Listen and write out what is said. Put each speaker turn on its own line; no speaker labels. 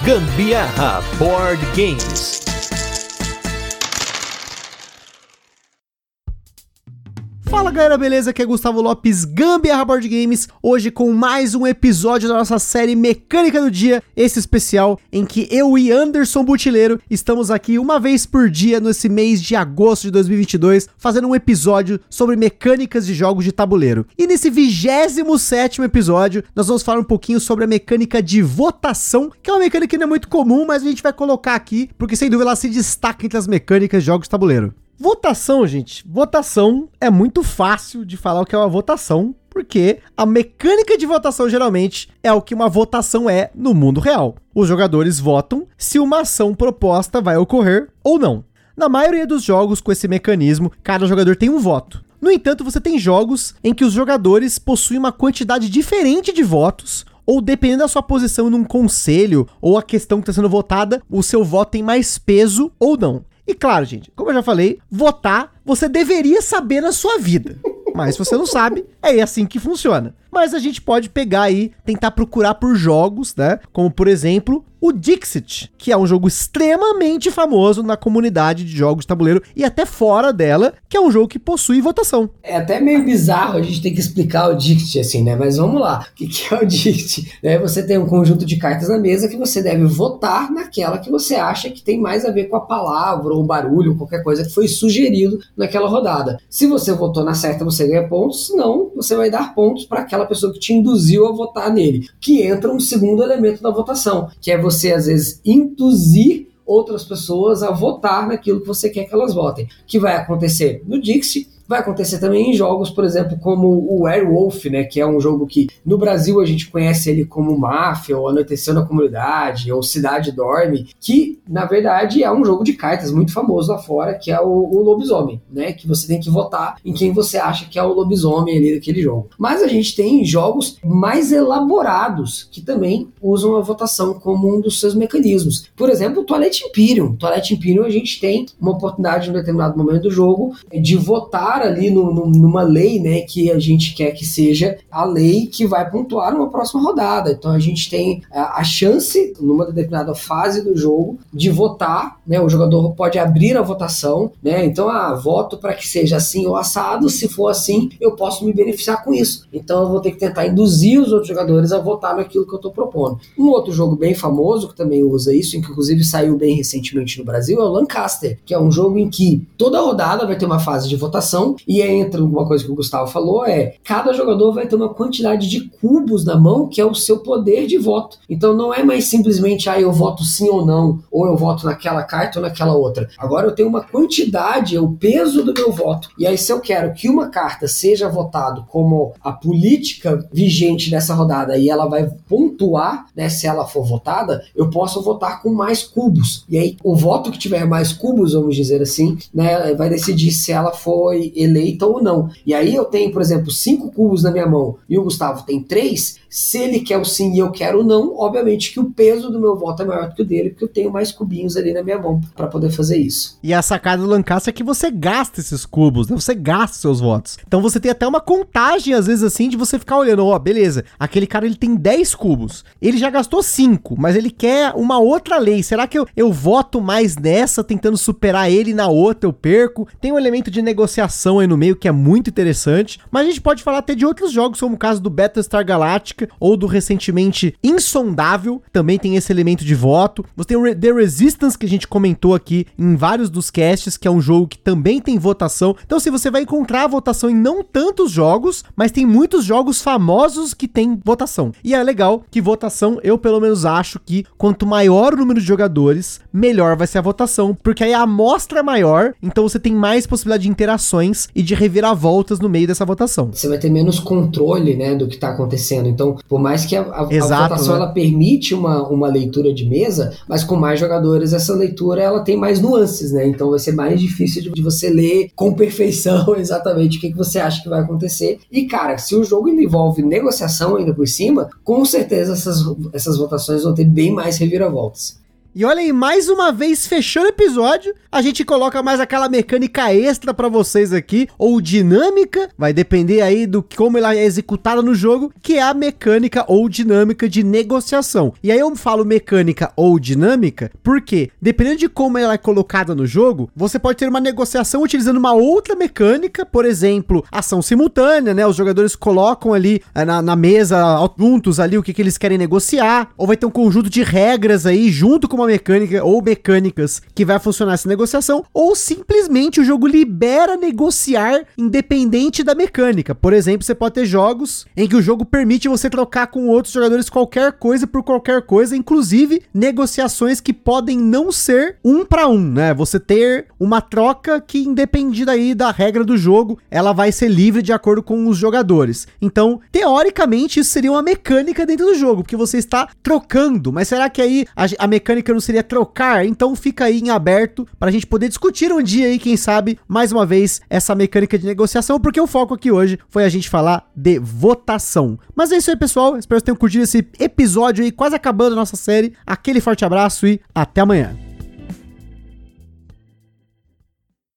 Gambiarra Board Games.
Fala galera, beleza? Aqui é Gustavo Lopes, Gambiarra Board Games, hoje com mais um episódio da nossa série Mecânica do Dia, esse especial em que eu e Anderson Butileiro estamos aqui uma vez por dia nesse mês de agosto de 2022, fazendo um episódio sobre mecânicas de jogos de tabuleiro. E nesse 27º episódio, nós vamos falar um pouquinho sobre a mecânica de votação, que é uma mecânica que não é muito comum, mas a gente vai colocar aqui, porque sem dúvida ela se destaca entre as mecânicas de jogos de tabuleiro. Votação, gente. Votação é muito fácil de falar o que é uma votação, porque a mecânica de votação geralmente é o que uma votação é no mundo real. Os jogadores votam se uma ação proposta vai ocorrer ou não. Na maioria dos jogos com esse mecanismo, cada jogador tem um voto. No entanto, você tem jogos em que os jogadores possuem uma quantidade diferente de votos, ou dependendo da sua posição num conselho ou a questão que está sendo votada, o seu voto tem mais peso ou não. E claro, gente, como eu já falei, votar você deveria saber na sua vida. Mas se você não sabe, é assim que funciona. Mas a gente pode pegar aí, tentar procurar por jogos, né? Como, por exemplo, o Dixit, que é um jogo extremamente famoso na comunidade de jogos de tabuleiro e até fora dela, que é um jogo que possui votação.
É até meio bizarro a gente ter que explicar o Dixit assim, né? Mas vamos lá. O que é o Dixit? Você tem um conjunto de cartas na mesa que você deve votar naquela que você acha que tem mais a ver com a palavra ou o barulho ou qualquer coisa que foi sugerido naquela rodada. Se você votou na certa, você ganha pontos, senão você vai dar pontos para aquela pessoa que te induziu a votar nele, que entra um segundo elemento da votação, que é você às vezes induzir outras pessoas a votar naquilo que você quer que elas votem, que vai acontecer no Dixit. Vai acontecer também em jogos, por exemplo, como o Werewolf, né, que é um jogo que no Brasil a gente conhece ele como Máfia, ou Anoiteceu na Comunidade, ou Cidade Dorme, que na verdade é um jogo de cartas muito famoso lá fora, que é o lobisomem, né, que você tem que votar em quem você acha que é o lobisomem ali daquele jogo. Mas a gente tem jogos mais elaborados que também usam a votação como um dos seus mecanismos. Por exemplo, o Twilight Imperium. Twilight Imperium a gente tem uma oportunidade em um determinado momento do jogo de votar ali numa lei, né, que a gente quer que seja a lei que vai pontuar numa próxima rodada. Então a gente tem a chance, numa determinada fase do jogo, de votar, né, o jogador pode abrir a votação, né, então voto para que seja assim ou assado, se for assim, eu posso me beneficiar com isso. Então eu vou ter que tentar induzir os outros jogadores a votar naquilo que eu estou propondo. Um outro jogo bem famoso, que também usa isso, que inclusive saiu bem recentemente no Brasil, é o Lancaster, que é um jogo em que toda rodada vai ter uma fase de votação. E aí entra uma coisa que o Gustavo falou, cada jogador vai ter uma quantidade de cubos na mão, que é o seu poder de voto. Então não é mais simplesmente, eu voto sim ou não, ou eu voto naquela carta ou naquela outra. Agora eu tenho uma quantidade, o peso do meu voto. E aí se eu quero que uma carta seja votada como a política vigente dessa rodada e ela vai pontuar, né, se ela for votada, eu posso votar com mais cubos. E aí o voto que tiver mais cubos, vamos dizer assim, né, vai decidir se ela foi eleita ou não. E aí eu tenho, por exemplo, 5 cubos na minha mão e o Gustavo tem 3, se ele quer o sim e eu quero o não, obviamente que o peso do meu voto é maior do que o dele, porque eu tenho mais cubinhos ali na minha mão para poder fazer isso.
E a sacada do Lancaster é que você gasta esses cubos, né? Você gasta seus votos. Então você tem até uma contagem, às vezes assim, de você ficar olhando, beleza, aquele cara ele tem 10 cubos, ele já gastou 5, mas ele quer uma outra lei, será que eu voto mais nessa, tentando superar ele, na outra eu perco? Tem um elemento de negociação aí no meio que é muito interessante, mas a gente pode falar até de outros jogos, como o caso do Battlestar Galactica, ou do recentemente Insondável, também tem esse elemento de voto. Você tem o The Resistance, que a gente comentou aqui em vários dos casts, que é um jogo que também tem votação. Então, se você vai encontrar a votação em não tantos jogos, mas tem muitos jogos famosos que tem votação. E é legal que votação, eu pelo menos acho que quanto maior o número de jogadores, melhor vai ser a votação, porque aí a amostra é maior, então você tem mais possibilidade de interações e de reviravoltas no meio dessa votação.
Você vai ter menos controle, né, do que está acontecendo. Então, por mais que a votação,
né,
ela permite uma leitura de mesa, mas com mais jogadores essa leitura ela tem mais nuances, né? Então vai ser mais difícil de você ler com perfeição exatamente o que você acha que vai acontecer. E cara, se o jogo envolve negociação ainda por cima, com certeza essas votações vão ter bem mais reviravoltas.
E olha aí, mais uma vez, fechando o episódio, a gente coloca mais aquela mecânica extra pra vocês aqui, ou dinâmica, vai depender aí do como ela é executada no jogo, que é a mecânica ou dinâmica de negociação. E aí eu falo mecânica ou dinâmica, porque dependendo de como ela é colocada no jogo, você pode ter uma negociação utilizando uma outra mecânica, por exemplo, ação simultânea, né? Os jogadores colocam ali na mesa juntos ali o que eles querem negociar, ou vai ter um conjunto de regras aí junto com uma mecânica ou mecânicas que vai funcionar essa negociação, ou simplesmente o jogo libera negociar independente da mecânica. Por exemplo, você pode ter jogos em que o jogo permite você trocar com outros jogadores qualquer coisa por qualquer coisa, inclusive negociações que podem não ser um para um, né? Você ter uma troca que, independente aí da regra do jogo, ela vai ser livre de acordo com os jogadores. Então, teoricamente, isso seria uma mecânica dentro do jogo, porque você está trocando. Mas será que aí a mecânica não seria trocar? Então fica aí em aberto pra gente poder discutir um dia aí, quem sabe, mais uma vez, essa mecânica de negociação, porque o foco aqui hoje foi a gente falar de votação. Mas é isso aí, pessoal. Espero que vocês tenham curtido esse episódio aí, quase acabando a nossa série. Aquele forte abraço e até amanhã.